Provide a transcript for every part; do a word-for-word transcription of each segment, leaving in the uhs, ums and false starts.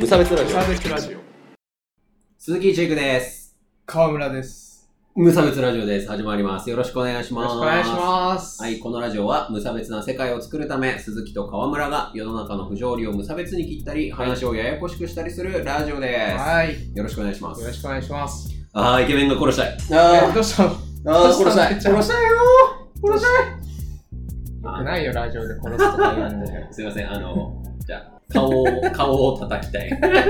無差別ラジオ。 無差別ラジオ。 鈴木一育です。 川村です。 無差別ラジオです。始まります。よろしくお願いします。 よろしくお願いします。 はい、このラジオは無差別な世界を作るため、鈴木と川村が世の中の不条理を無差別に切ったり、話をややこしくしたりするラジオです。 はい。 よろしくお願いします。 よろしくお願いします。 あー、イケメンが殺したい。 あー、どうしたの？ あー、殺したい。殺したいよー。殺したい。 よくないよ、ラジオで殺すとか言うんで。 すいません、あの、じゃあ、顔を、顔を叩きたい。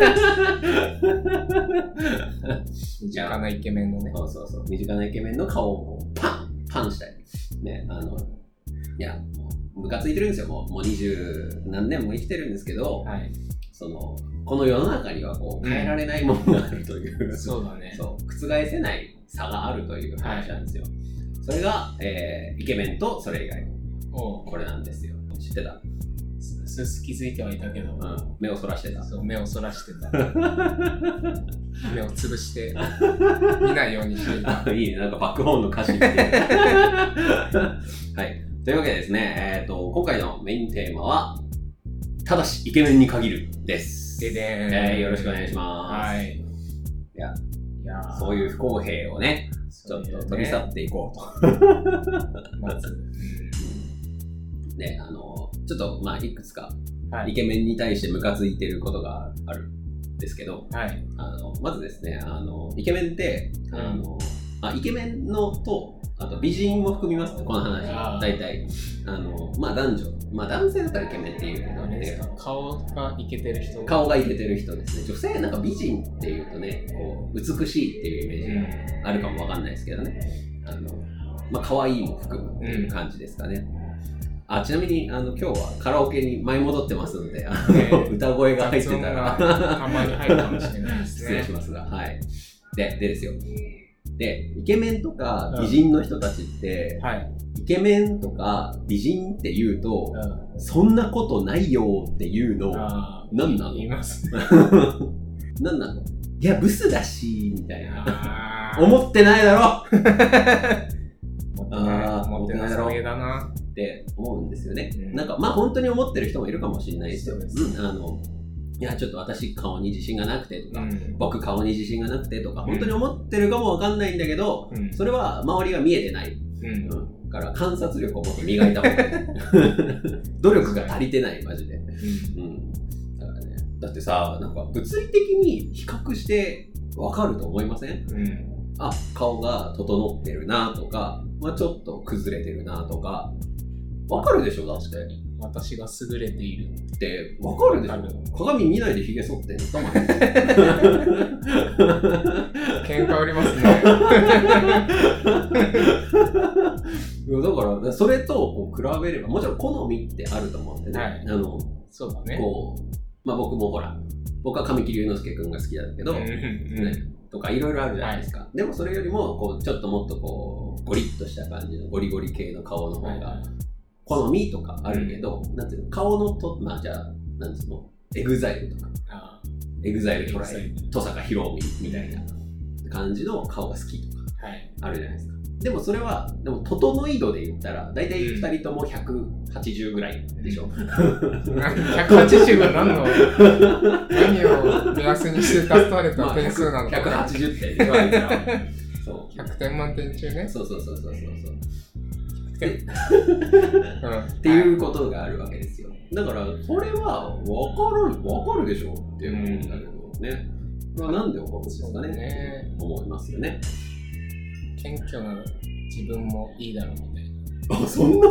身近なイケメンのね。 そうそうそう。身近なイケメンの顔をこうパンパンしたい。ね、あの、いや、もう、ムカついてるんですよ。もう、もう二十何年も生きてるんですけど、 はい。 その、この世の中にはこう、変えられないものがあるという、 うん、そうだね。 そう、覆せない差があるという話なんですよ。はい、それが、えー、イケメンとそれ以外の。これなんですよ。知ってた？ すす気づいてはいたけど、うん、 目をそらしてた。 そう、目をそらしてた。目をつぶして見ないようにしていた。 いいね、なんかバックホーンの歌詞みたいな。はい。というわけでですね、えっと、今回のメインテーマは、ただしイケメンに限るです。 ででーん、 えー。よろしくお願いします。 はい。いや、 いやそういう不公平をね、ちょっと取り去っていこうと。 まず、 ね、あの、ちょっと、まあ、いくつか、イケメンに対してムカついてることがあるんですけど、 はい、 あのまずですね、あのイケメンって、うん、あのあイケメンのと、あと美人も含みますね、この話。大体、あの、まあ男女、まあ男性だったらイケメンっていうけどね、 顔がイケてる人。 顔がイケてる人ですね。女性なんか美人っていうとね、こう、美しいっていうイメージがあるかもわかんないですけどね。あの、まあ可愛いも含むっていう感じですかね。うんあちなみにあの今日はカラオケに舞い戻ってますので、あの、えー、歌声が入ってたらたまに入るかもしれないですね。 失礼しますが、はい。で、でですよ。で、イケメンとか美人の人たちって、うんはい、イケメンとか美人って言うと、うん、そんなことないよっていうの、何なの？ 言いますね。 何なの？いや、ブスだし、みたいな。思ってないだろあ思ってないだろだなって思うんですよね、うん、なんかまあ本当に思ってる人もいるかもしれないですよ、うん、あのいやちょっと私顔に自信がなくてとか、うん、僕顔に自信がなくてとか本当に思ってるかもわかんないんだけど、うん、それは周りが見えてない、うんうん、から観察力をもっと磨いた方がいい努力が足りてないマジで、うんうん、だからねだってさなんか物理的に比較してわかると思いません？うんあ、顔が整ってるなとか、まあ、ちょっと崩れてるなとか、わかるでしょだって。 私が優れているってわかるでしょ鏡見ないで髭剃ってんのかまで。 喧嘩売りますね。 だから、それとこう比べれば、もちろん好みってあると思うんでね。はい、あの、 そうだね。 こう、まあ僕もほら、僕は神木隆之介くんが好きだけど、ねとかいろいろあるじゃないですか、はい、でもそれよりもこうちょっともっとこうゴリッとした感じのゴリゴリ系の顔の方が好みとかあるけど、はい、なんていうの顔のとまあじゃあなんていうのエグザイルとかエグザイルトライ登坂ひろみみたいな感じの顔が好きとかあるじゃないですか、はい、でもそれはでも整い度で言ったらだいたいふたりともひゃくはちじゅうぐらいでしょ、うん、ひゃくはちじゅうが何の何を目安にして出された点数なのか、 まあ、ひゃくはちじゅってん言われたらそうひゃくてん満点中ねそうそうそうそうそうそうひゃくてん、 うん、っていうことがあるわけですよだからそれは分かる分かるでしょって思うんだけどね、まあ、なんで分かるんですかねね思いますよね謙虚な自分もいいだろうみたいなあ、そんな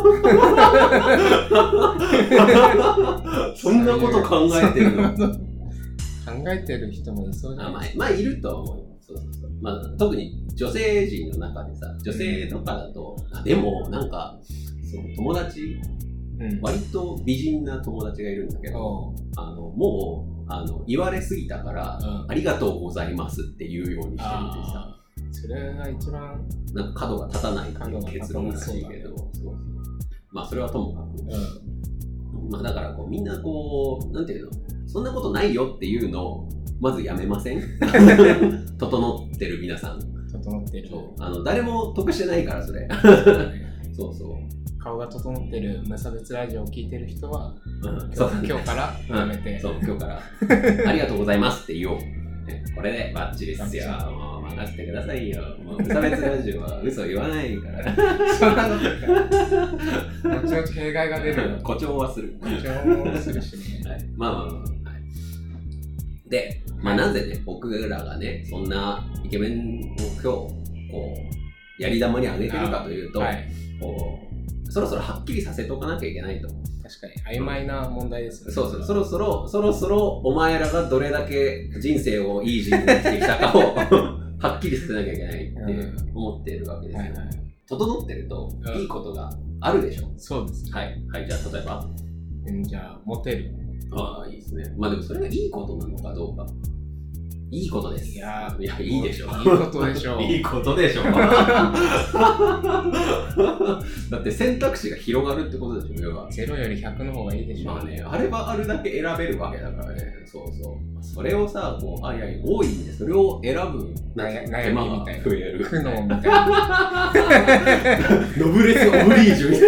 そんなこと考えてるの考えてる人もいそうじゃないですか。 まあ、まあ、いるとは思うよ。そうそうそう。まあ、特に女性陣の中でさ、女性とかだと、うん、でも、なんか、その友達、うん、割と美人な友達がいるんだけど、うん、あのもうあの言われすぎたから、うん、ありがとうございますって言うようにしてるってさ。 それが一番なんか角が立たないっていう結論らしいけど、そうそうまあそれはともかく、うん、まあだからこうみんなこうなんていうのそんなことないよっていうのをまずやめません？整ってる皆さん。 整ってる。 そうあの誰も得してないからそれ。そうそう顔が整ってる無差別ラジオを聞いてる人は、 うん、 今日、 そう今日からやめて、 うん、そう今日からありがとうございますって言おう。これでバッチリっすよ。もう任せてくださいよ。もう無差別ラジオは嘘言わないから。 そんなことないから。後々弊害が出るよ。 誇張はする。 誇張もするしね。 はい、まあまあまあ、はい。で、まあなぜね、僕らがね、そんなイケメンを今日、こう、やり玉に上げてるかというと、はい、こうそろそろはっきりさせておかなきゃいけないと。 確かに曖昧な問題ですよね。 そうそう、そろそろ、そろそろお前らがどれだけ人生をイージーにしてきたかをはっきりさせなきゃいけないって思っているわけですよ。うんはいはい、整ってるといいことがあるでしょ。うん、 そうですね。 はい。はい、じゃあ例えば、 うん、じゃあ、モテる。 ああ、いいですね。まあでもそれがいいことなのかどうか。いいことです。 いやいや、いいでしょ。 いいことでしょ。 いいことでしょ。だって選択肢が広がるってことでしょ、要は。 ゼロよりひゃくの方がいいでしょ。 まあね、あればあるだけ選べるわけだからね。そうそう。それをさ、こう、あいやいや、多いんで、それを選ぶ悩みみたいな。 増える。 苦悩みたいな。 ノブレス・オブリージュみた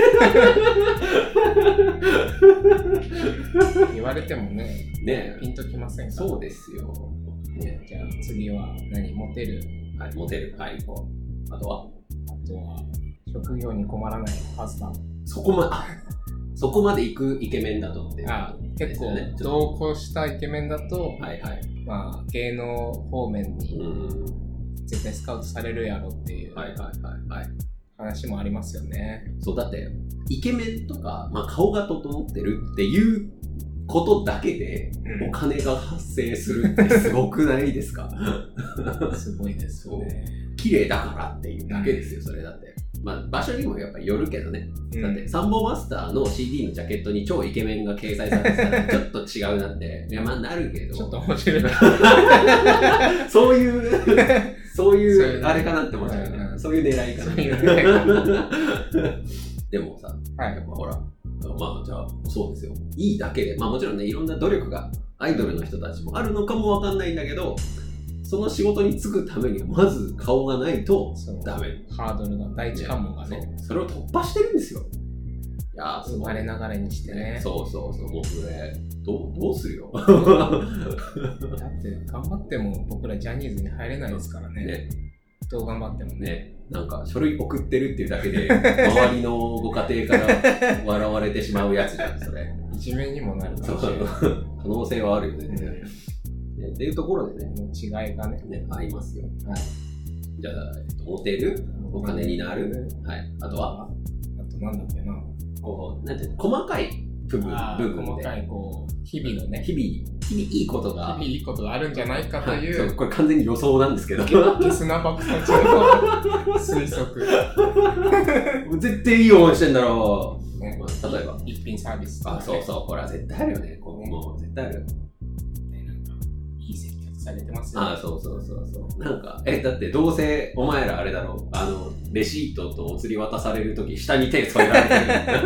いな。言われてもね、 ねピンときませんか。 そうですよ。 ね、じゃあ次は何？モテる。 はい、モテる。はい、こう。あとはあとは、職業に困らないハズバンド。 そこまで、そこまで行くイケメンだとって。 あ、結構、同行したイケメンだと、 はいはい。 まあ、芸能方面に絶対スカウトされるやろっていう話もありますよね。 そう、だって、イケメンとか、まあ、顔が整ってるっていうことだけでお金が発生するってすごくないですか？ すごいですよね。 綺麗だからっていうだけですよ、それだって。まあ場所にもやっぱりよるけどね。うん、だってサンボマスターの シーディー のジャケットに超イケメンが掲載されてたらちょっと違うなって、いやまあなるけど。 ちょっと面白い。 そういう、そういうあれかなって思っちゃうね。そういう狙いかな。でもさ、はい、やっぱほら、まあじゃあそうですよ。いいだけで、まあもちろんね、いろんな努力がアイドルの人たちもあるのかもわかんないんだけど、その仕事に就くためにはまず顔がないとダメ。 ハードルが、第一関門がね。 そ, それを突破してるんですよ。いやー、 生まれながらにしてね。 そうそうそう、もうそれ、どう、どうするよ。だって頑張っても僕らジャニーズに入れないですからね。ね、どう頑張ってもね。 ね、なんか書類送ってるっていうだけで周りのご家庭から笑われてしまうやつじゃん、それ。 いじめにもなるかもしれない。 可能性はあるよね。うんね、っていうところでね、 違いがね、 ねありますよ。はい。じゃあ、えっと、モテる、お金になる、はい。あとは、 あとなんだっけな、 こう、なんていうの、細かい部分、部分で。 細かい、こう、日々のね、 日々、日々いいことが、 日々いいことがあるんじゃないかという、 はい、そう、これ完全に予想なんですけど。 ゲスな爆発の推測。 絶対いい思いしてんだろう。 ね、 まあ、例えば。 一品サービス、 ね。あ、そうそう、ほら、絶対あるよね。こう、もう絶対ある。 いい接客されてますよ、ね。 ああ、そうそうそうそう。なんか、え、だってどうせお前らあれだろう、あの、レシートとお釣り渡されるとき、下に手添えられて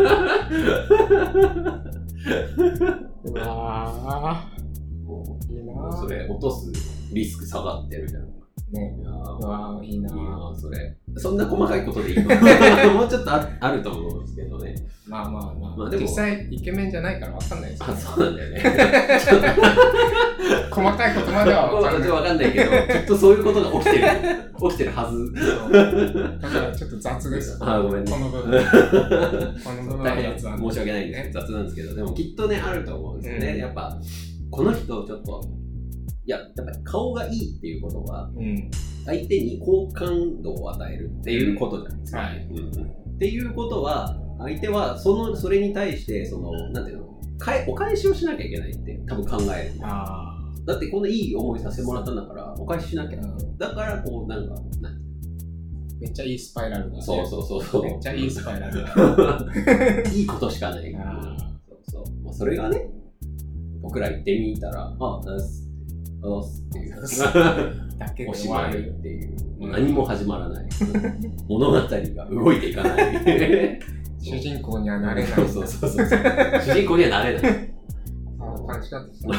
る。 うわー。いいなー。それ、落とすリスク下がってるじゃん。 ね、うわー、いいなー。 いいなそれ。そんな細かいことでいいのもうちょっと あ, あると思うんですけどね。 まあまあまあ。まあ、でも実際イケメンじゃないから分かんないですよ、ね。 あ、そうなんだよね。 細かいことまでは分かんない。 分かんないけど、きっとそういうことが起きてる。起きてるはず。 だからちょっと雑です。 あ、ごめんね。 この部分。この部分は雑なん申し訳ないんですけど、雑なんですけど、でもきっとね、あると思うんですよね。うん、やっぱ、この人ちょっと、いや、やっぱり顔がいいっていうことは、うん、相手に好感度を与えるっていうことじゃないですか。はい、うん、っていうことは、相手はそのそれに対してそのなんていうの、お返しをしなきゃいけないって多分考える。あだってこんないい思いさせてもらったんだからお返ししなきゃ。だからこうなんかなんめっちゃいいスパイラルが、ね。 そうそうそうそう。 めっちゃいいスパイラルが。 いいことしかない。あそうそう。まあ、それがね、僕ら行ってみたら、あ、だす。あすっていうだけでおしまいっていう、うん、何も始まらない物語が動いていかない主人公にはなれない。 そうそうそうそう主人公にはなれない。 ああ、感じだってさ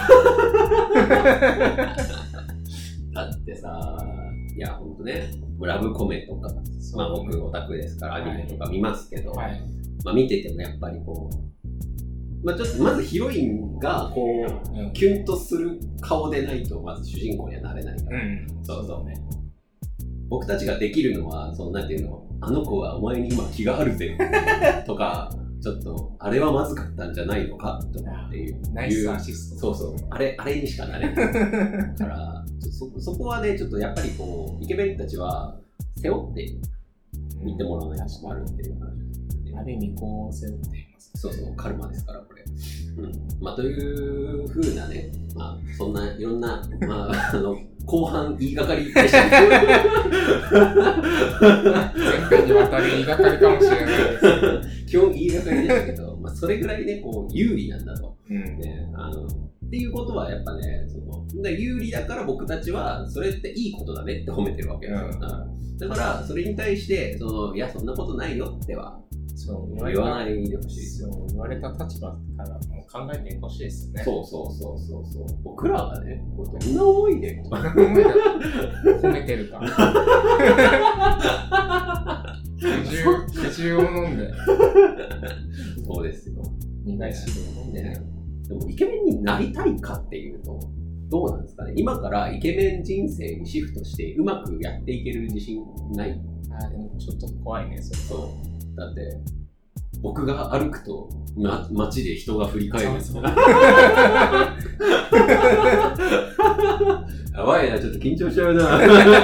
だってさ、いやほんとね、ラブコメとか、まあ僕オタクですからアニメとか見ますけど、はい、 まあ、見ててもやっぱりこう、まあ、ちょっとまずヒロインがこう、うん、キュンとする顔でないとまず主人公にはなれないから、うん、そうそうね。僕たちができるのはそのなんていうの、あの子はお前に今気があるぜとかちょっとあれはまずかったんじゃないのかとかっていうナイスアシスト、そうそう、あれあれにしかなれないからそ, そこはねちょっとやっぱりこうイケメンたちは背負って見てもらわないとあるっていう話、 うん、ある意味こう背負っています、 ね、そうそうカルマですからこれ、うん、まあという風なね、まあそんないろんなまああの後半言いがかりでしたね前回にわたり言いがかりかもしれないです基本言いがかりでしたけど、まあ、それぐらいねこう有利なんだと、うんね、あのっていうことはやっぱねそのだ有利だから僕たちはそれっていいことだねって褒めてるわけですよ、うん、だからそれに対してそのいやそんなことないよってはそう言わないでほしいですよ。 言われた立場からもう考えてほしいですね。 そうそうそうそうそう。僕らがね、どんな思いで褒めてるか。苦汁を飲んで。 そうですよ。 苦い汁を飲んでね。 でもイケメンになりたいかっていうとどうなんですかね。今からイケメン人生にシフトしてうまくやっていける自信ない？ ああでもちょっと怖いねそれ。 そう。だって僕が歩くと、ま、街で人が振り返る。そうそうやばいな、ちょっと緊張しちゃうな。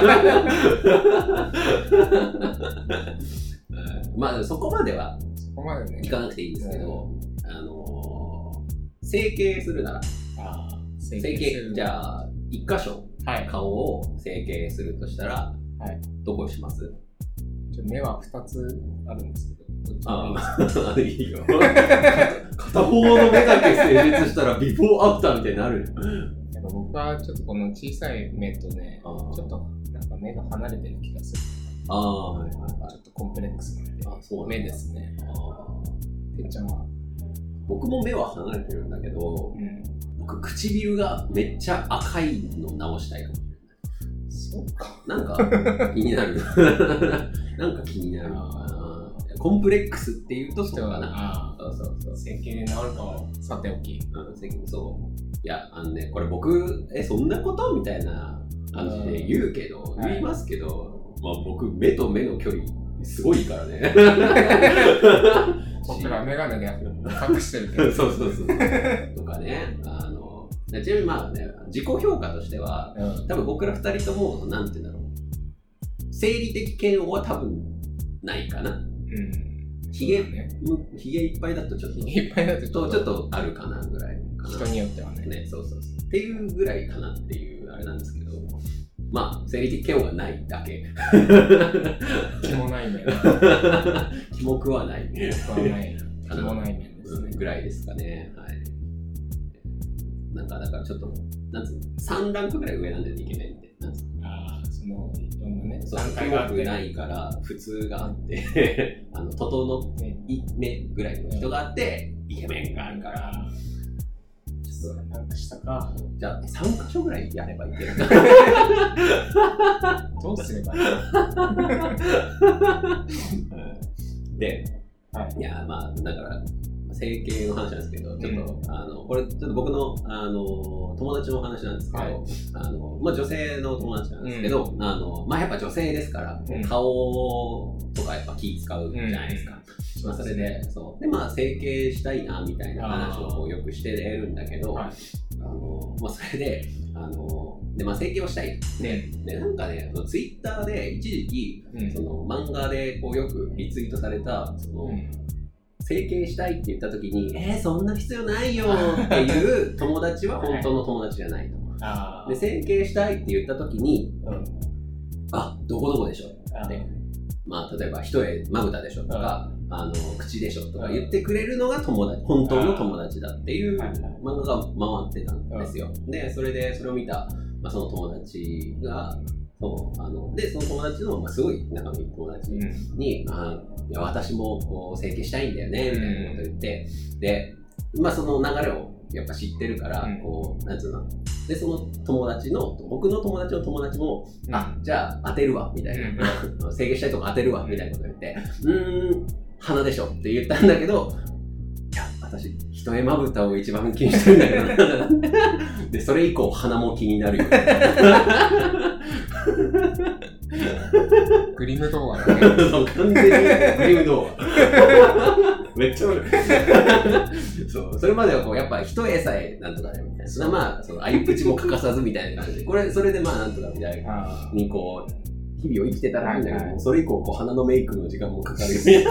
まあそこまではそこまでねいかなくていいんですけど、うん、あのー、整形するなら、あ整形、整形じゃあ一箇所、はい、顔を整形するとしたら、はい、どこします？ 目はふたつあるんですけど。 ああ、いいよ。片方の目だけ成立したらビフォーアフターみたいになる。 やっぱ僕はちょっとこの小さい目とね、ちょっとなんか目が離れてる気がする。ああ、はいはいはい。ちょっとコンプレックスなんで。あそう目ですね。ああ。てっちゃんは僕も目は離れてるんだけど、うん、僕唇がめっちゃ赤いの直したいかもしれない。 そうか。 なんか気になる。なんか気になる。コンプレックスっていうとそうかな。あそうそうそう。 整形で治るかはさておき。 うん、整形そう。いや、あのね、これ僕、え、そんなことみたいな感じで言うけど、うん、言いますけど、はい、まあ僕、目と目の距離、すごいからね。 僕らメガネで隠してるけど。 そうそうそう。とかね。あの、ちなみにまあね、自己評価としては、うん、多分僕ら二人とも、なんて言うんだろう。生理的嫌悪は多分ないかな。うん。ひげ、ね、ひげいっぱいだとちょっと、 ひげいっぱいだとちょっと、ちょっとあるかなぐらいかな。 人によってはね。 ね、そうそうそう。っていうぐらいかなっていうあれなんですけど、まあ、生理的嫌悪がないだけ。 気もない面。 気も食わない。 気も食わない。気もない面ですね。 ぐらいですかね。はい。なんか、だからちょっと、なんつうの、さんランクぐらい上なんでイケメンって。なんつうの。 ああ、その、いろんなね、 そう、強くないから、普通があって、あの、整ってい目ぐらいの人があって、イケメンがあるから、 ちょっとなんかしたか。 じゃあ、さん箇所ぐらいやればいける。 どうすればいいで、はい、いや、まあ、だから、整形の話なんですけど、ちょっと、うん、あの、これ、ちょっと僕の、あの、友達の話なんですけど、はい、あの、まあ、女性の友達なんですけど、うん、あの、まあ、やっぱ女性ですから、うん、顔とかやっぱ気使うじゃないですか。うん、まあ、それで、そう。で、まあ、整形したいな、みたいな話をよくしてるんだけど、はい、あの、まあ、それで、あの、で、まあ、整形をしたい。で、でなんかね、そのツイッターで一時期、うん、その漫画でこうよくリツイートされた、その、うん整形したいって言った時にえー、そんな必要ないよっていう友達は本当の友達じゃないと。あで整形したいって言った時に、うん、あどこどこでしょってまあ例えば一重まぶたでしょとか、うん、あの口でしょとか言ってくれるのが友達本当の友達だっていう漫画が回ってたんですよ。でそれでそれを見た、まあ、その友達がそうあのでその友達の、まあ、すごい仲のいい友達に、うん、あいや私もこう整形したいんだよねみたいなこと言って、うん、で、まあ、その流れをやっぱ知ってるから、うん、こうなんつうのでその友達の僕の友達の友達も、うん、あじゃあ当てるわみたいな、うん、整形したいとこ当てるわみたいなこと言ってうーん鼻でしょって言ったんだけど、いや私一重まぶたを一番気にしてるんだけどなでそれ以降鼻も気になるよグリム童話だねそう完全にグリム童話めっちゃ悪いそうそれまではこうやっぱ一重さえなんとかねみたいな、それはまあその相口も欠かさずみたいな感じで、これそれでまあなんとかみたいなにこう日々を生きてたらいいんだけど、はいはい、それ以降こう鼻のメイクの時間もかかるよね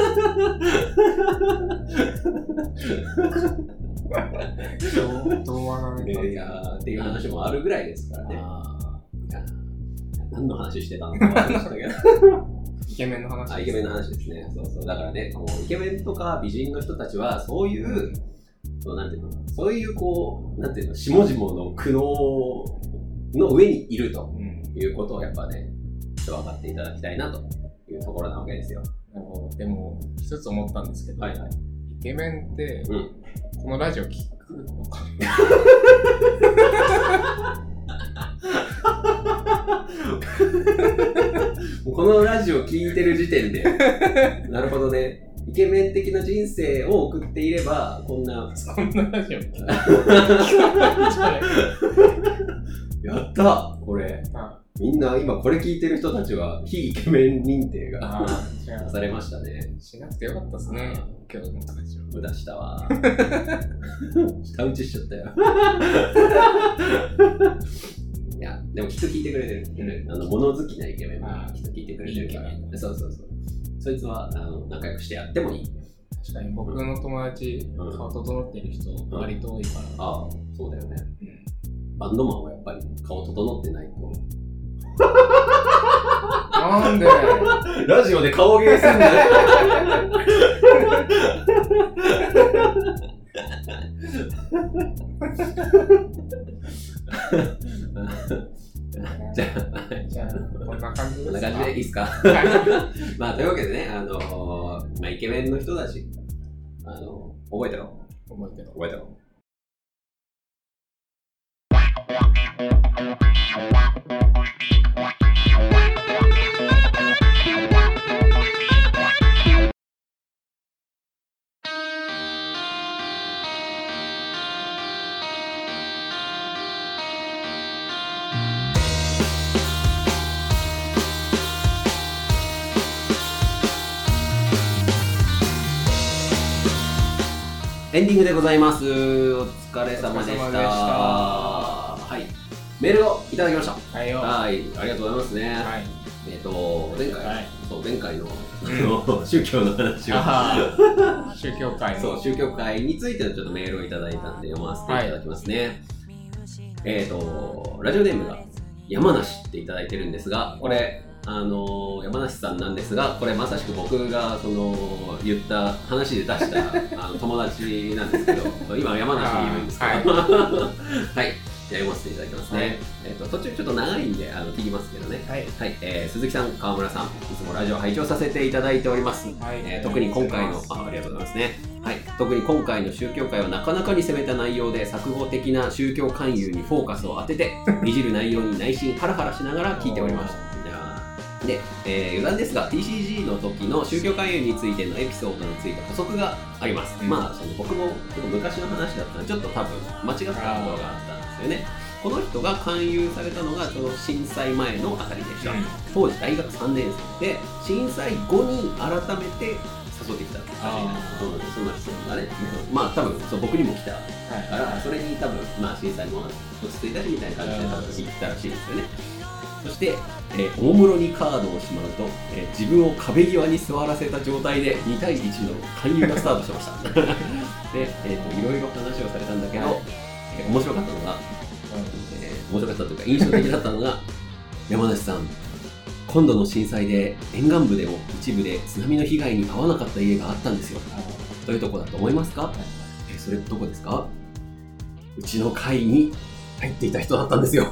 童話がね、 いやーっていう話もあるぐらいですからね。何の話してたのか忘れましたけどイケメンの話です、 あ、イケメンの話ですね。そうそう。だからね、こうイケメンとか美人の人たちはそういう、うん、そうなんていうの、そういうこうなんていうの、下々の苦悩の上にいるということをやっぱね、ちょっと分かっていただきたいなというところなわけですよ。 なるほど。でも一つ思ったんですけど、 はいはい、 イケメンって、うん、このラジオ聞くのかこのラジオ聞いてる時点でなるほどね、イケメン的な人生を送っていればこんなそんなラジオ聞くやったこれ、あみんな今これ聞いてる人たちは非イケメン認定がされましたね。 しなくてよかったですね、今日の話を。 無駄したわ舌打ちしちゃったよいやでもきっと聞いてくれてる、うん、あの物好きなイケメンはきっと聞いてくれてるから、そうそうそう、そいつはあの仲良くしてやってもいい。 確かに僕の友達、うん、顔整ってる人、うん、割と多いから、 ああそうだよね、うん、バンドマンはやっぱり顔整ってないとなんでラジオで顔芸すんだよじゃあ、 じゃあこんな感じですか。 こんな感じでいいですかまあというわけでね、あのー、まあイケメンの人たち、あのー、覚えてろ覚えてろ覚えてろエンディングでございます。お疲れ様でした。はい、メールをいただきました。 はいよ。 はい、ありがとうございますね。はい、えっ、ー、と前回、はい、そう前回の宗教の話を宗教会のそう宗教会についてのちょっとメールをいただいたんで読ませていただきますね。はい、えっ、ー、とラジオネームが山梨っていただいてるんですが、これ。あの山梨さんなんですが、これまさしく僕がその言った話で出したあの友達なんですけど今山梨にいるんですけど、はい、はい、じゃあ読ませていただきますね。はい、えー、と途中ちょっと長いんであの聞きますけどね。はい、はい、えー、鈴木さん、川村さん、いつもラジオ拝聴させていただいております。はい、えー、特に今回の あ, ありがとうございますね。はい、特に今回の宗教界はなかなかに攻めた内容で錯誤的な宗教勧誘にフォーカスを当てていじる内容に内心ハラハラしながら聞いておりました。で、えー、余談ですが ティーシージー の時の宗教勧誘についてのエピソードについて補足があります。うん、まあその僕も昔の話だったらちょっと多分間違ったところがあったんですよね。この人が勧誘されたのがその震災前のあたりでした。うん、当時大学さんねん生で震災後に改めて誘ってきたって感じなんですけど、そんな人がね、うん、まあ多分そう僕にも来たから、はい、それに多分まあ震災も落ち着いたりみたいな感じで多分行ったらしいですよね。そして、えー、おもむろにカードをしまうと、えー、自分を壁際に座らせた状態でに対いちの勧誘がスタートしましたで、えーと、いろいろ話をされたんだけど、はい、えー、面白かったのが、えー、面白かったというか印象的だったのが山梨さん、今度の震災で沿岸部でも一部で津波の被害に遭わなかった家があったんですよ。どういうとこだと思いますか？えー、それどこですか？うちの会に入っていた人だったんですよ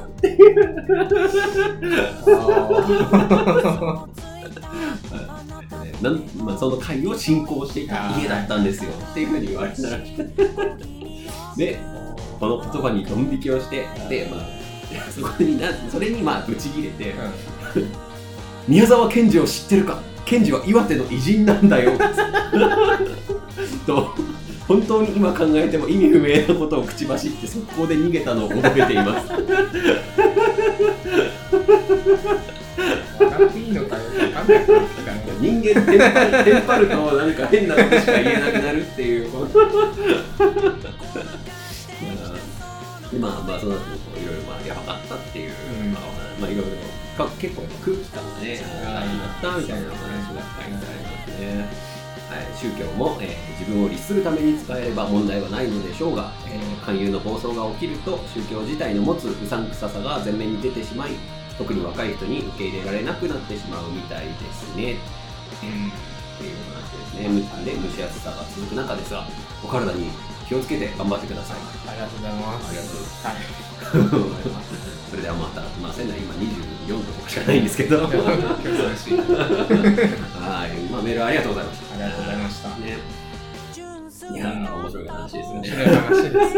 なん、まあ、その会を信仰していた家だったんですよっていうふうに言われたらしいで、この言葉にドン引きをして、で、まあ、そこになそれにまあブチギレて、うん、宮沢賢治を知ってるかケンジは岩手の偉人なんだよと本当に今考えても意味不明なことを口走って速攻で逃げたのを覚えています笑っていいのかよく分かんないから人間テンパる、テンパるとなんか変なことしか言えなくなるっていうまあまあその後いろいろまあやばかったっていう、うん、まあまあいろいろ結構空気感がねあったみたいな話が書いてありますね。はい、宗教も、えー、自分を律するために使えれば問題はないのでしょうが、えー、勧誘の暴走が起きると宗教自体の持つうさんくささが前面に出てしまい、特に若い人に受け入れられなくなってしまうみたいですね、うん、っていう話ですね。で蒸し暑さが続く中ですが、お体に気をつけて頑張ってください。 ありがとうございます。 ありがとうございます。それではまた、まあ仙台今にじゅうよんどとかしかないんですけどはい、まあメールありがとうございました。 ありがとうございました、ね、 いやー面白い話ですよね。 面白い話ですね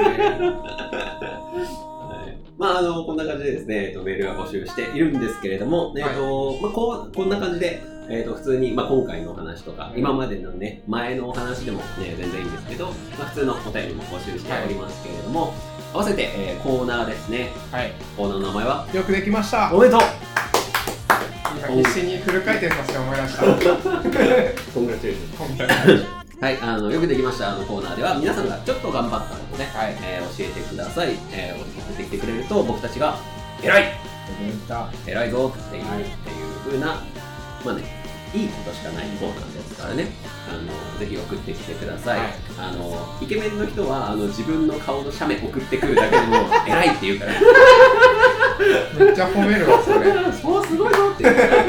はい、まああのこんな感じでですね、えっと、メールは募集しているんですけれども、えっと、はい、まあ、こうこんな感じでえー、と普通に、まあ、今回のお話とか、今までのね、前のお話でもね、全然いいんですけど、まあ、普通のお便りも募集しておりますけれども、はい、合わせて、えー、コーナーですね。はい。コーナーの名前はよくできました。 おめでとう。 今必死にフル回転させて思いました。 コングラチュレーション。はい、あのよくできましたあのコーナーでは皆さんがちょっと頑張ったことね、はい、えー、教えてください。えー、教えてきてくれると僕たちが偉い偉いぞっていう、はい、っていう風な、まあね、いいことしかないコーナーですからね、あのぜひ送ってきてください。はい、あのイケメンの人はあの自分の顔の写メ送ってくるだけでも偉いって言うからめっちゃ褒めるわそれそうすごいぞって言うはい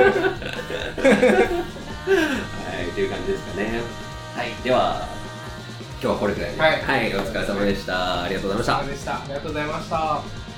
っていう感じですかね。はい、では今日はこれくらいで、はい、はい、お疲れ様でした。ありがとうございました。 ありがとうございました。